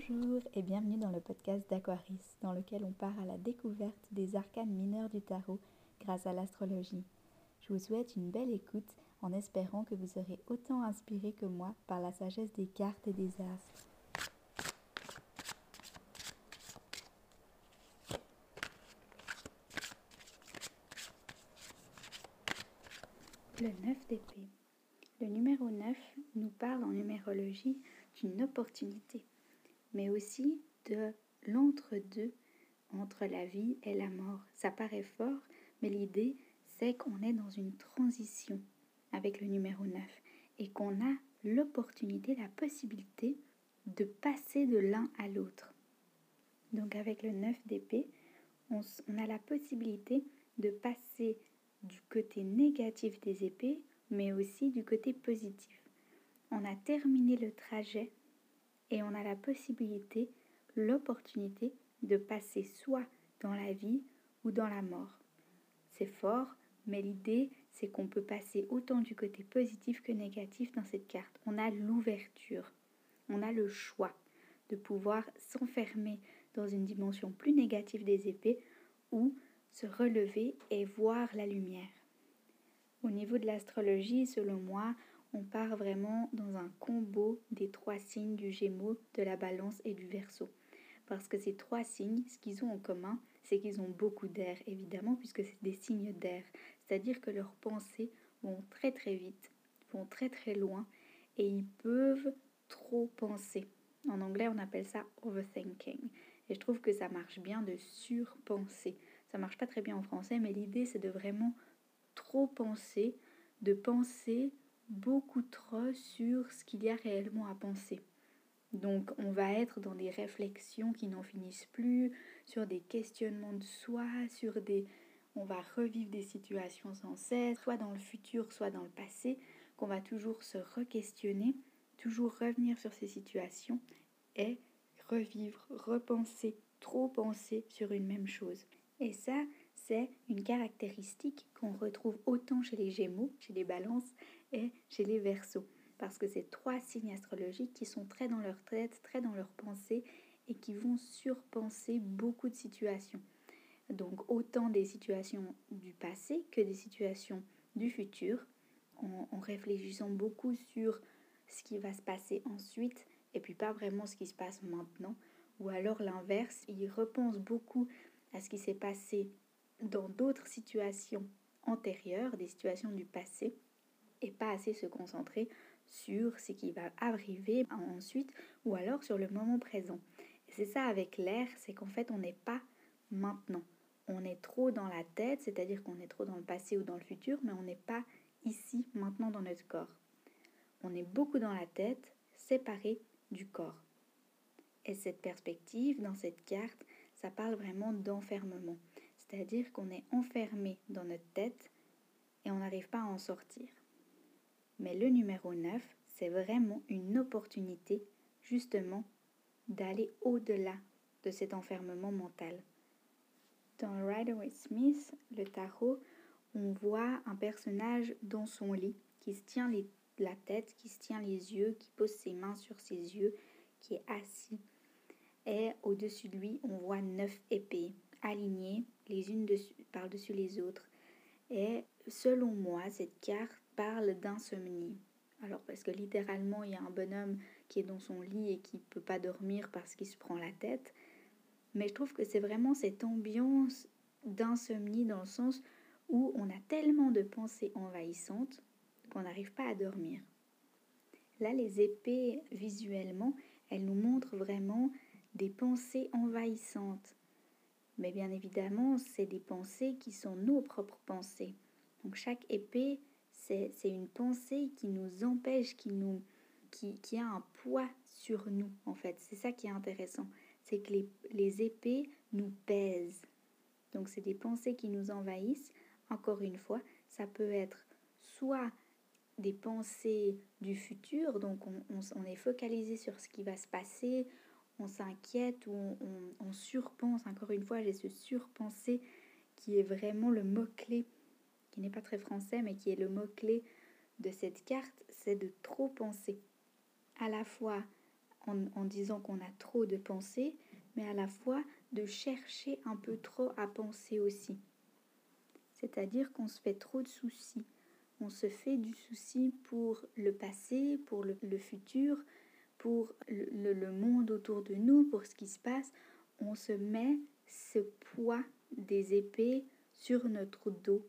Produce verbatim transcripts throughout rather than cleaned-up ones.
Bonjour et bienvenue dans le podcast d'Aquaris, dans lequel on part à la découverte des arcanes mineurs du tarot grâce à l'astrologie. Je vous souhaite une belle écoute en espérant que vous serez autant inspiré que moi par la sagesse des cartes et des astres. Le neuf d'épée. Le numéro neuf nous parle en numérologie d'une opportunité, mais aussi de l'entre-deux entre la vie et la mort. Ça paraît fort, mais l'idée, c'est qu'on est dans une transition avec le numéro neuf et qu'on a l'opportunité, la possibilité de passer de l'un à l'autre. Donc avec le neuf d'épée, on, on a la possibilité de passer du côté négatif des épées, mais aussi du côté positif. On a terminé le trajet et on a la possibilité, l'opportunité de passer soit dans la vie ou dans la mort. C'est fort, mais l'idée, c'est qu'on peut passer autant du côté positif que négatif dans cette carte. On a l'ouverture, on a le choix de pouvoir s'enfermer dans une dimension plus négative des épées ou se relever et voir la lumière. Au niveau de l'astrologie, selon moi, on part vraiment dans un combo des trois signes du Gémeaux, de la Balance et du Verseau. Parce que ces trois signes, ce qu'ils ont en commun, c'est qu'ils ont beaucoup d'air, évidemment, puisque c'est des signes d'air. C'est-à-dire que leurs pensées vont très très vite, vont très très loin, et ils peuvent trop penser. En anglais, on appelle ça overthinking. Et je trouve que ça marche bien de surpenser. Ça marche pas très bien en français, mais l'idée, c'est de vraiment trop penser, de penser beaucoup trop sur ce qu'il y a réellement à penser. Donc on va être dans des réflexions qui n'en finissent plus, sur des questionnements de soi, sur des... on va revivre des situations sans cesse, soit dans le futur, soit dans le passé, qu'on va toujours se re-questionner, toujours revenir sur ces situations et revivre, repenser, trop penser sur une même chose. Et ça, c'est une caractéristique qu'on retrouve autant chez les Gémeaux, chez les Balances et chez les Verseaux. Parce que c'est trois signes astrologiques qui sont très dans leur tête, très dans leur pensée et qui vont surpenser beaucoup de situations. Donc autant des situations du passé que des situations du futur, en, en réfléchissant beaucoup sur ce qui va se passer ensuite et puis pas vraiment ce qui se passe maintenant. Ou alors l'inverse, ils repensent beaucoup à ce qui s'est passé dans d'autres situations antérieures, des situations du passé, et pas assez se concentrer sur ce qui va arriver ensuite ou alors sur le moment présent. Et c'est ça avec l'air, c'est qu'en fait on n'est pas maintenant. On est trop dans la tête, c'est-à-dire qu'on est trop dans le passé ou dans le futur, mais on n'est pas ici, maintenant dans notre corps. On est beaucoup dans la tête, séparé du corps. Et cette perspective, dans cette carte, ça parle vraiment d'enfermement. C'est-à-dire qu'on est enfermé dans notre tête et on n'arrive pas à en sortir. Mais le numéro neuf, c'est vraiment une opportunité, justement, d'aller au-delà de cet enfermement mental. Dans Rider-Waite-Smith, le tarot, on voit un personnage dans son lit qui se tient les, la tête, qui se tient les yeux, qui pose ses mains sur ses yeux, qui est assis. Et au-dessus de lui, on voit neuf épées alignées les unes dessus, par-dessus les autres. Et selon moi, cette carte parle d'insomnie. Alors parce que littéralement, il y a un bonhomme qui est dans son lit et qui ne peut pas dormir parce qu'il se prend la tête. Mais je trouve que c'est vraiment cette ambiance d'insomnie dans le sens où on a tellement de pensées envahissantes qu'on n'arrive pas à dormir. Là, les épées, visuellement, elles nous montrent vraiment des pensées envahissantes. Mais bien évidemment, c'est des pensées qui sont nos propres pensées. Donc chaque épée, c'est, c'est une pensée qui nous empêche, qui, nous, qui, qui a un poids sur nous, en fait. C'est ça qui est intéressant. C'est que les, les épées nous pèsent. Donc c'est des pensées qui nous envahissent. Encore une fois, ça peut être soit des pensées du futur, donc on, on, on est focalisé sur ce qui va se passer, on s'inquiète ou on, on, on surpense. Encore une fois, j'ai ce surpenser qui est vraiment le mot-clé, qui n'est pas très français, mais qui est le mot-clé de cette carte, c'est de trop penser. À la fois en, en disant qu'on a trop de pensées, mais à la fois de chercher un peu trop à penser aussi. C'est-à-dire qu'on se fait trop de soucis. On se fait du souci pour le passé, pour le, le futur, pour le, le, le monde autour de nous, pour ce qui se passe. On se met ce poids des épées sur notre dos,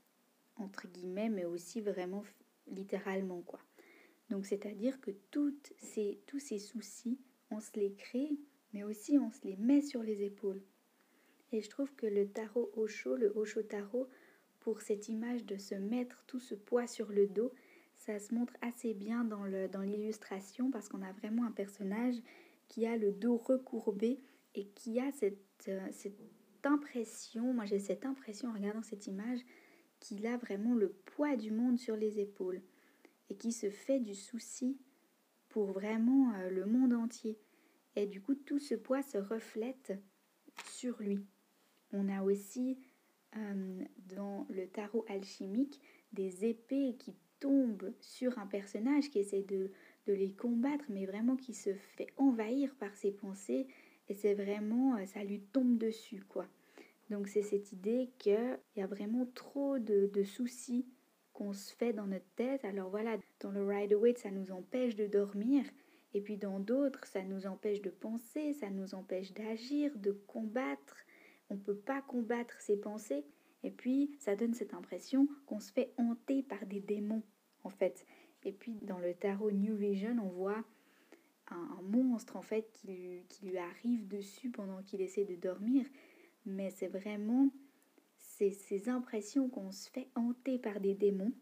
entre guillemets, mais aussi vraiment littéralement, quoi. Donc, c'est-à-dire que toutes ces, tous ces soucis, on se les crée, mais aussi on se les met sur les épaules. Et je trouve que le tarot Osho, le Osho Tarot, pour cette image de se mettre tout ce poids sur le dos, ça se montre assez bien dans, le, dans l'illustration parce qu'on a vraiment un personnage qui a le dos recourbé et qui a cette, euh, cette impression, moi j'ai cette impression en regardant cette image, qu'il a vraiment le poids du monde sur les épaules et qui se fait du souci pour vraiment euh, le monde entier. Et du coup, tout ce poids se reflète sur lui. On a aussi euh, dans le tarot alchimique des épées qui tombent sur un personnage qui essaie de, de les combattre, mais vraiment qui se fait envahir par ses pensées et c'est vraiment, ça lui tombe dessus, quoi. Donc c'est cette idée qu'il y a vraiment trop de, de soucis qu'on se fait dans notre tête. Alors voilà, dans le Rider-Waite, ça nous empêche de dormir. Et puis dans d'autres, ça nous empêche de penser, ça nous empêche d'agir, de combattre. On ne peut pas combattre ses pensées. Et puis ça donne cette impression qu'on se fait hanter par des démons, en fait. Et puis dans le tarot New Vision, on voit un, un monstre, en fait, qui lui, qui lui arrive dessus pendant qu'il essaie de dormir. Mais c'est vraiment ces, ces impressions qu'on se fait hanter par des démons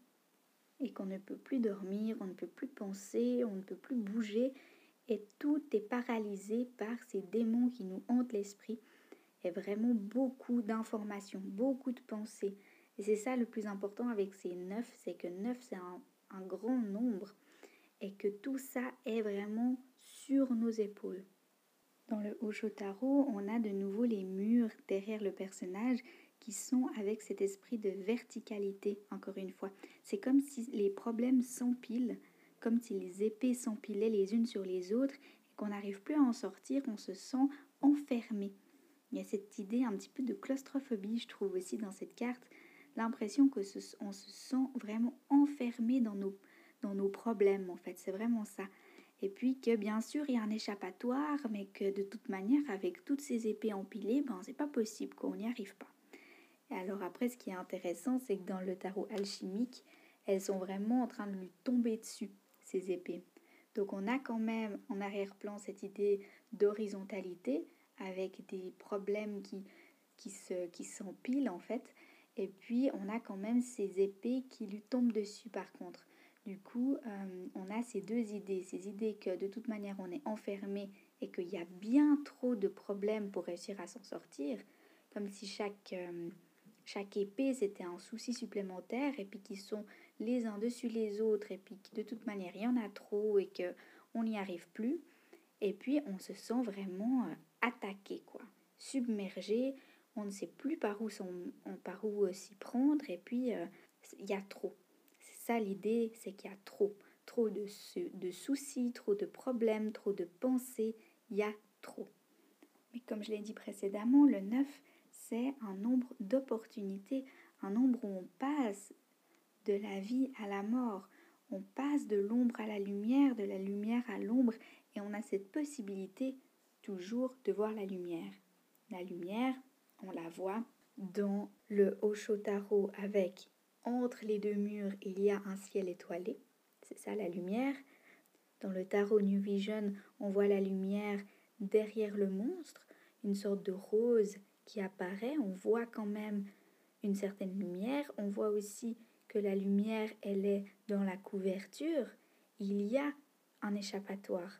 et qu'on ne peut plus dormir, on ne peut plus penser, on ne peut plus bouger et tout est paralysé par ces démons qui nous hantent l'esprit. Et vraiment beaucoup d'informations, beaucoup de pensées. Et c'est ça le plus important avec ces neuf, c'est que neuf c'est un, un grand nombre et que tout ça est vraiment sur nos épaules. Dans le Osho Tarot, on a de nouveau les murs derrière le personnage qui sont avec cet esprit de verticalité, encore une fois. C'est comme si les problèmes s'empilent, comme si les épées s'empilaient les unes sur les autres et qu'on n'arrive plus à en sortir, on se sent enfermé. Il y a cette idée un petit peu de claustrophobie, je trouve aussi dans cette carte, l'impression que ce, on se sent vraiment enfermé dans nos, dans nos problèmes, en fait, c'est vraiment ça. Et puis que bien sûr il y a un échappatoire, mais que de toute manière avec toutes ces épées empilées, ben c'est pas possible, qu'on n'y arrive pas. Et alors après, ce qui est intéressant, c'est que dans le tarot alchimique, elles sont vraiment en train de lui tomber dessus, ces épées. Donc on a quand même en arrière-plan cette idée d'horizontalité avec des problèmes qui, qui, se, qui s'empilent en fait. Et puis on a quand même ces épées qui lui tombent dessus par contre. Du coup, euh, on a ces deux idées, ces idées que de toute manière on est enfermé et qu'il y a bien trop de problèmes pour réussir à s'en sortir, comme si chaque, euh, chaque épée c'était un souci supplémentaire et puis qu'ils sont les uns dessus les autres et puis que de toute manière il y en a trop et qu'on n'y arrive plus. Et puis on se sent vraiment euh, attaqué, quoi, submergé, on ne sait plus par où, son, par où euh, s'y prendre et puis il euh, y a trop. C'est ça l'idée, c'est qu'il y a trop, trop de, de soucis, trop de problèmes, trop de pensées, il y a trop. Mais comme je l'ai dit précédemment, le neuf, c'est un nombre d'opportunités, un nombre où on passe de la vie à la mort, on passe de l'ombre à la lumière, de la lumière à l'ombre, et on a cette possibilité toujours de voir la lumière. La lumière, on la voit dans le Osho Tarot avec entre les deux murs, il y a un ciel étoilé. C'est ça la lumière. Dans le tarot New Vision, on voit la lumière derrière le monstre, une sorte de rose qui apparaît. On voit quand même une certaine lumière. On voit aussi que la lumière, elle est dans la couverture. Il y a un échappatoire.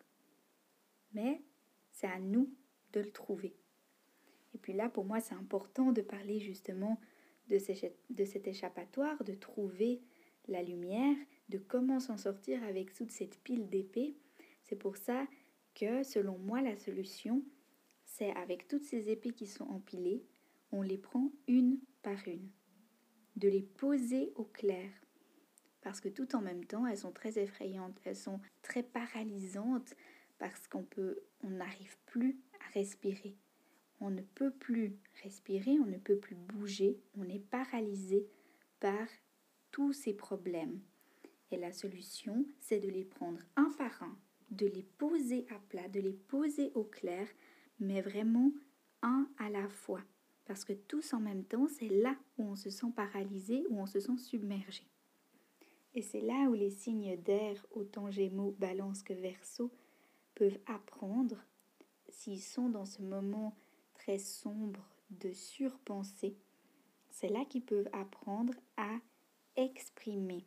Mais c'est à nous de le trouver. Et puis là, pour moi, c'est important de parler justement de, ces, de cet échappatoire, de trouver la lumière, de comment s'en sortir avec toute cette pile d'épées. C'est pour ça que, selon moi, la solution, c'est avec toutes ces épées qui sont empilées, on les prend une par une, de les poser au clair. Parce que tout en même temps, elles sont très effrayantes, elles sont très paralysantes, parce qu'on peut, on n'arrive plus à respirer. On ne peut plus respirer, on ne peut plus bouger, on est paralysé par tous ces problèmes. Et la solution, c'est de les prendre un par un, de les poser à plat, de les poser au clair, mais vraiment un à la fois. Parce que tous en même temps, c'est là où on se sent paralysé, où on se sent submergé. Et c'est là où les signes d'air, autant Gémeaux, Balance que Verseau, peuvent apprendre, s'ils sont dans ce moment très sombre de surpensée, c'est là qu'ils peuvent apprendre à exprimer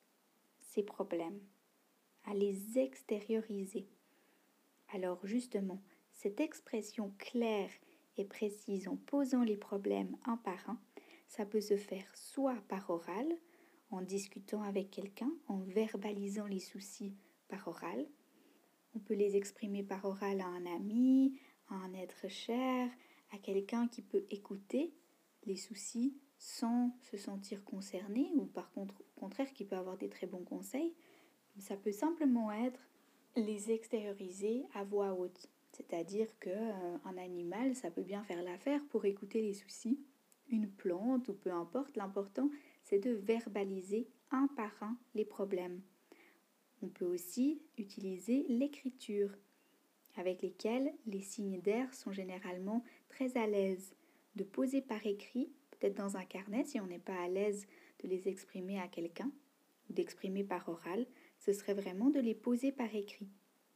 ces problèmes, à les extérioriser. Alors justement, cette expression claire et précise en posant les problèmes un par un, ça peut se faire soit par oral, en discutant avec quelqu'un, en verbalisant les soucis par oral. On peut les exprimer par oral à un ami, à un être cher, à quelqu'un qui peut écouter les soucis sans se sentir concerné, ou par contre, au contraire, qui peut avoir des très bons conseils. Ça peut simplement être les extérioriser à voix haute. C'est-à-dire qu'un euh, animal, ça peut bien faire l'affaire pour écouter les soucis. Une plante, ou peu importe, l'important, c'est de verbaliser un par un les problèmes. On peut aussi utiliser l'écriture, avec lesquelles les signes d'air sont généralement très à l'aise. De poser par écrit, peut-être dans un carnet, si on n'est pas à l'aise de les exprimer à quelqu'un, ou d'exprimer par oral, ce serait vraiment de les poser par écrit.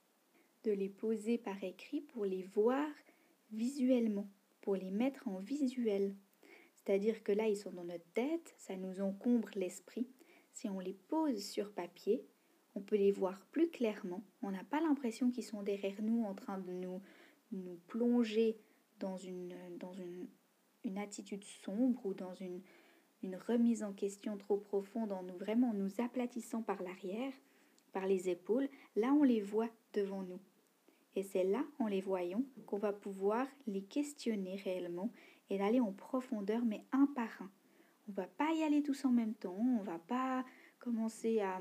De les poser par écrit pour les voir visuellement, pour les mettre en visuel. C'est-à-dire que là, ils sont dans notre tête, ça nous encombre l'esprit. Si on les pose sur papier, on peut les voir plus clairement. On n'a pas l'impression qu'ils sont derrière nous en train de nous, nous plonger dans une, dans une, une attitude sombre ou dans une, une remise en question trop profonde en nous, vraiment en nous aplatissant par l'arrière, par les épaules. Là, on les voit devant nous. Et c'est là, en les voyant, qu'on va pouvoir les questionner réellement et d'aller en profondeur, mais un par un. On ne va pas y aller tous en même temps, on ne va pas commencer à,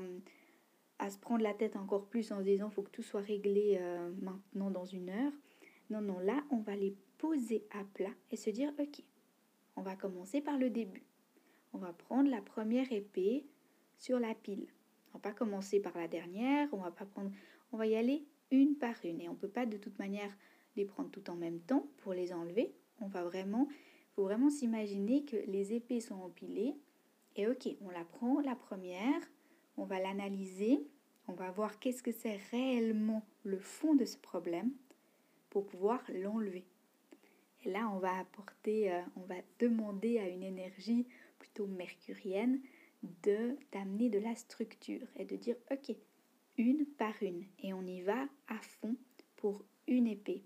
à se prendre la tête encore plus en se disant « il faut que tout soit réglé euh, maintenant dans une heure ». Non, non, là, on va les poser à plat et se dire « ok, on va commencer par le début. On va prendre la première épée sur la pile. On va pas commencer par la dernière, on va pas prendre, on va y aller une par une. Et on ne peut pas de toute manière les prendre tout en même temps pour les enlever. On va vraiment, faut vraiment s'imaginer que les épées sont empilées. Et ok, on la prend la première, on va l'analyser, on va voir qu'est-ce que c'est réellement le fond de ce problème pour pouvoir l'enlever. Et là, on va apporter, euh, on va demander à une énergie plutôt mercurienne de d'amener de la structure et de dire ok, une par une, et on y va à fond pour une épée.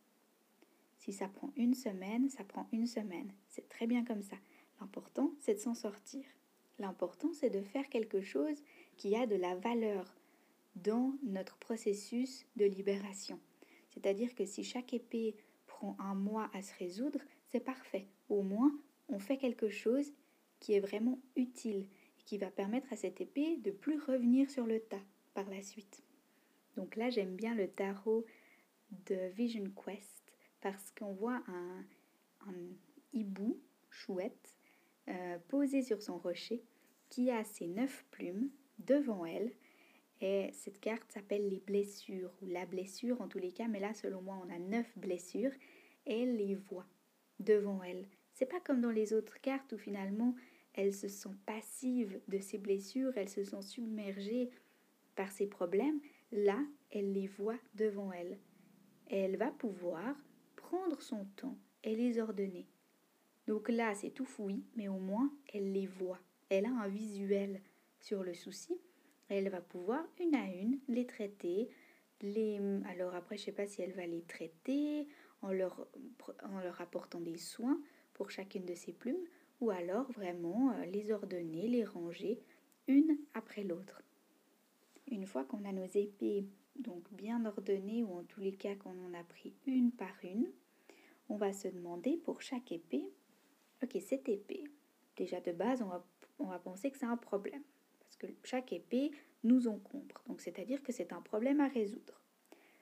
Si ça prend une semaine, ça prend une semaine. C'est très bien comme ça. L'important, c'est de s'en sortir. L'important, c'est de faire quelque chose qui a de la valeur dans notre processus de libération. C'est-à-dire que si chaque épée prend un mois à se résoudre, c'est parfait. Au moins, on fait quelque chose qui est vraiment utile et qui va permettre à cette épée de plus revenir sur le tas par la suite. Donc là, j'aime bien le tarot de Vision Quest parce qu'on voit un, un hibou chouette euh, posé sur son rocher qui a ses neuf plumes devant elle. Et cette carte s'appelle les blessures, ou la blessure en tous les cas, mais là, selon moi, on a neuf blessures, et elle les voit devant elle. C'est pas comme dans les autres cartes où finalement, elles se sont passives de ces blessures, elles se sont submergées par ces problèmes. Là, elle les voit devant elle. Et elle va pouvoir prendre son temps et les ordonner. Donc là, c'est tout fouillis, mais au moins, elle les voit. Elle a un visuel sur le souci. Elle va pouvoir, une à une, les traiter. Les... Alors après, je ne sais pas si elle va les traiter en leur, en leur apportant des soins pour chacune de ces plumes, ou alors vraiment euh, les ordonner, les ranger, une après l'autre. Une fois qu'on a nos épées donc bien ordonnées, ou en tous les cas qu'on en a pris une par une, on va se demander pour chaque épée, ok, cette épée, déjà de base, on va, on va penser que c'est un problème. Parce que chaque épée nous encombre. Donc, c'est-à-dire que c'est un problème à résoudre.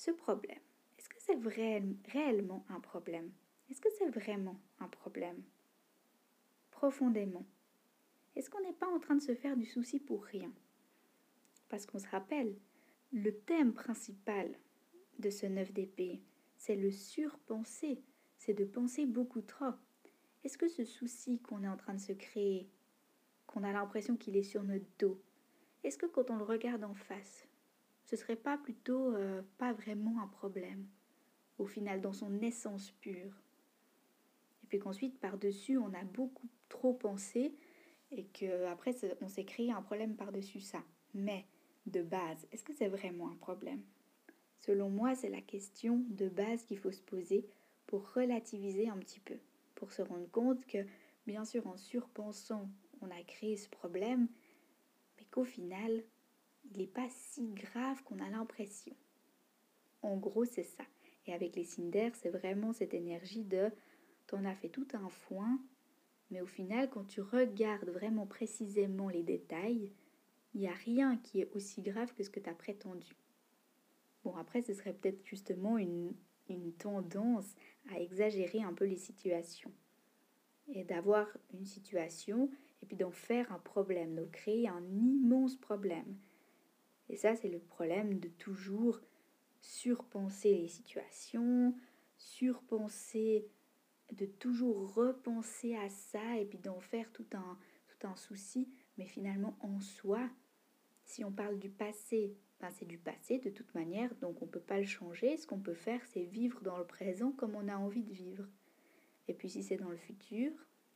ce problème, est-ce que c'est vrai, réellement un problème? Est-ce que c'est vraiment un problème? Profondément. Est-ce qu'on n'est pas en train de se faire du souci pour rien? Parce qu'on se rappelle, le thème principal de ce neuf d'épée, c'est le surpenser, c'est de penser beaucoup trop. Est-ce que ce souci qu'on est en train de se créer, qu'on a l'impression qu'il est sur notre dos, est-ce que quand on le regarde en face, ce serait pas plutôt euh, pas vraiment un problème, au final, dans son essence pure? Et puis qu'ensuite, par-dessus, on a beaucoup trop pensé et qu'après, on s'est créé un problème par-dessus ça. Mais, de base, est-ce que c'est vraiment un problème? Selon moi, c'est la question de base qu'il faut se poser pour relativiser un petit peu, pour se rendre compte que, bien sûr, en surpensant, on a créé ce problème, mais qu'au final, il n'est pas si grave qu'on a l'impression. En gros, c'est ça. Et avec les signes d'air, c'est vraiment cette énergie de t'en as fait tout un foin, mais au final, quand tu regardes vraiment précisément les détails, il n'y a rien qui est aussi grave que ce que tu as prétendu. Bon, après, ce serait peut-être justement une, une tendance à exagérer un peu les situations. Et d'avoir une situation et puis d'en faire un problème, de créer un immense problème. Et ça, c'est le problème de toujours surpenser les situations, surpenser, de toujours repenser à ça et puis d'en faire tout un, tout un souci. Mais finalement, en soi, si on parle du passé, ben c'est du passé de toute manière, donc on ne peut pas le changer. Ce qu'on peut faire, c'est vivre dans le présent comme on a envie de vivre. Et puis si c'est dans le futur,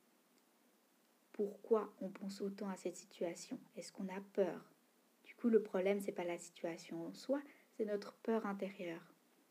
pourquoi on pense autant à cette situation? Est-ce qu'on a peur? Du coup, le problème, ce n'est pas la situation en soi, c'est notre peur intérieure.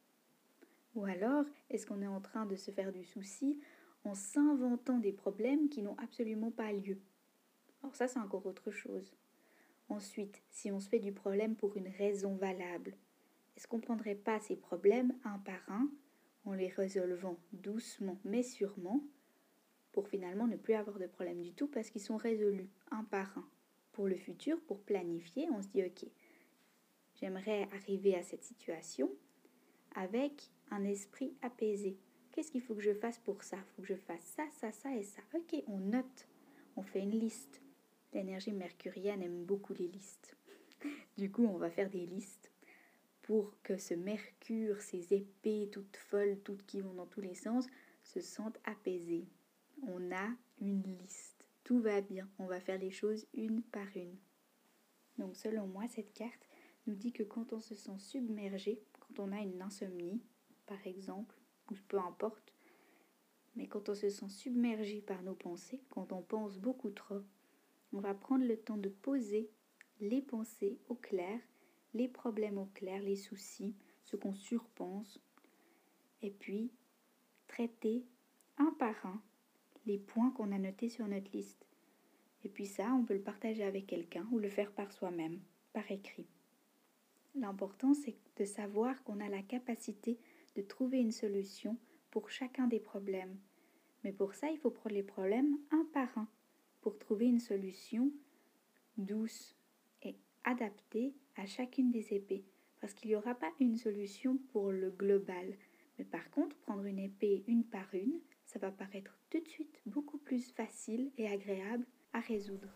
Ou alors, est-ce qu'on est en train de se faire du souci en s'inventant des problèmes qui n'ont absolument pas lieu? Alors ça, c'est encore autre chose. Ensuite, si on se fait du problème pour une raison valable, est-ce qu'on ne prendrait pas ces problèmes un par un, en les résolvant doucement mais sûrement, pour finalement ne plus avoir de problème du tout parce qu'ils sont résolus un par un? Pour le futur, pour planifier, on se dit ok, j'aimerais arriver à cette situation avec un esprit apaisé. Qu'est-ce qu'il faut que je fasse pour ça? Il faut que je fasse ça, ça, ça et ça. Ok, on note, on fait une liste. L'énergie mercurienne aime beaucoup les listes. Du coup, on va faire des listes pour que ce Mercure, ces épées toutes folles, toutes qui vont dans tous les sens, se sentent apaisées. On a une liste. Tout va bien. On va faire les choses une par une. Donc, selon moi, cette carte nous dit que quand on se sent submergé, quand on a une insomnie, par exemple, ou peu importe, mais quand on se sent submergé par nos pensées, quand on pense beaucoup trop, on va prendre le temps de poser les pensées au clair, les problèmes au clair, les soucis, ce qu'on surpense, et puis traiter un par un les points qu'on a notés sur notre liste. Et puis ça, on peut le partager avec quelqu'un ou le faire par soi-même, par écrit. L'important, c'est de savoir qu'on a la capacité de trouver une solution pour chacun des problèmes. Mais pour ça, il faut prendre les problèmes un par un, pour trouver une solution douce et adaptée à chacune des épées. Parce qu'il n'y aura pas une solution pour le global. Mais par contre, prendre une épée une par une, ça va paraître tout de suite beaucoup plus facile et agréable à résoudre.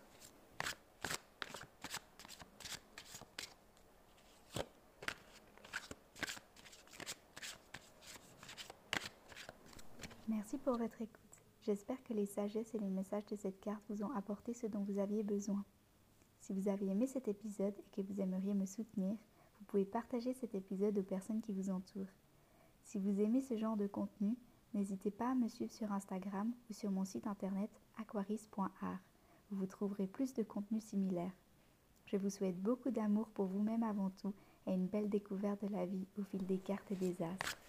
Merci pour votre écoute. J'espère que les sagesses et les messages de cette carte vous ont apporté ce dont vous aviez besoin. Si vous avez aimé cet épisode et que vous aimeriez me soutenir, vous pouvez partager cet épisode aux personnes qui vous entourent. Si vous aimez ce genre de contenu, n'hésitez pas à me suivre sur Instagram ou sur mon site internet aquaris point art, où vous trouverez plus de contenu similaire. Je vous souhaite beaucoup d'amour pour vous-même avant tout et une belle découverte de la vie au fil des cartes et des astres.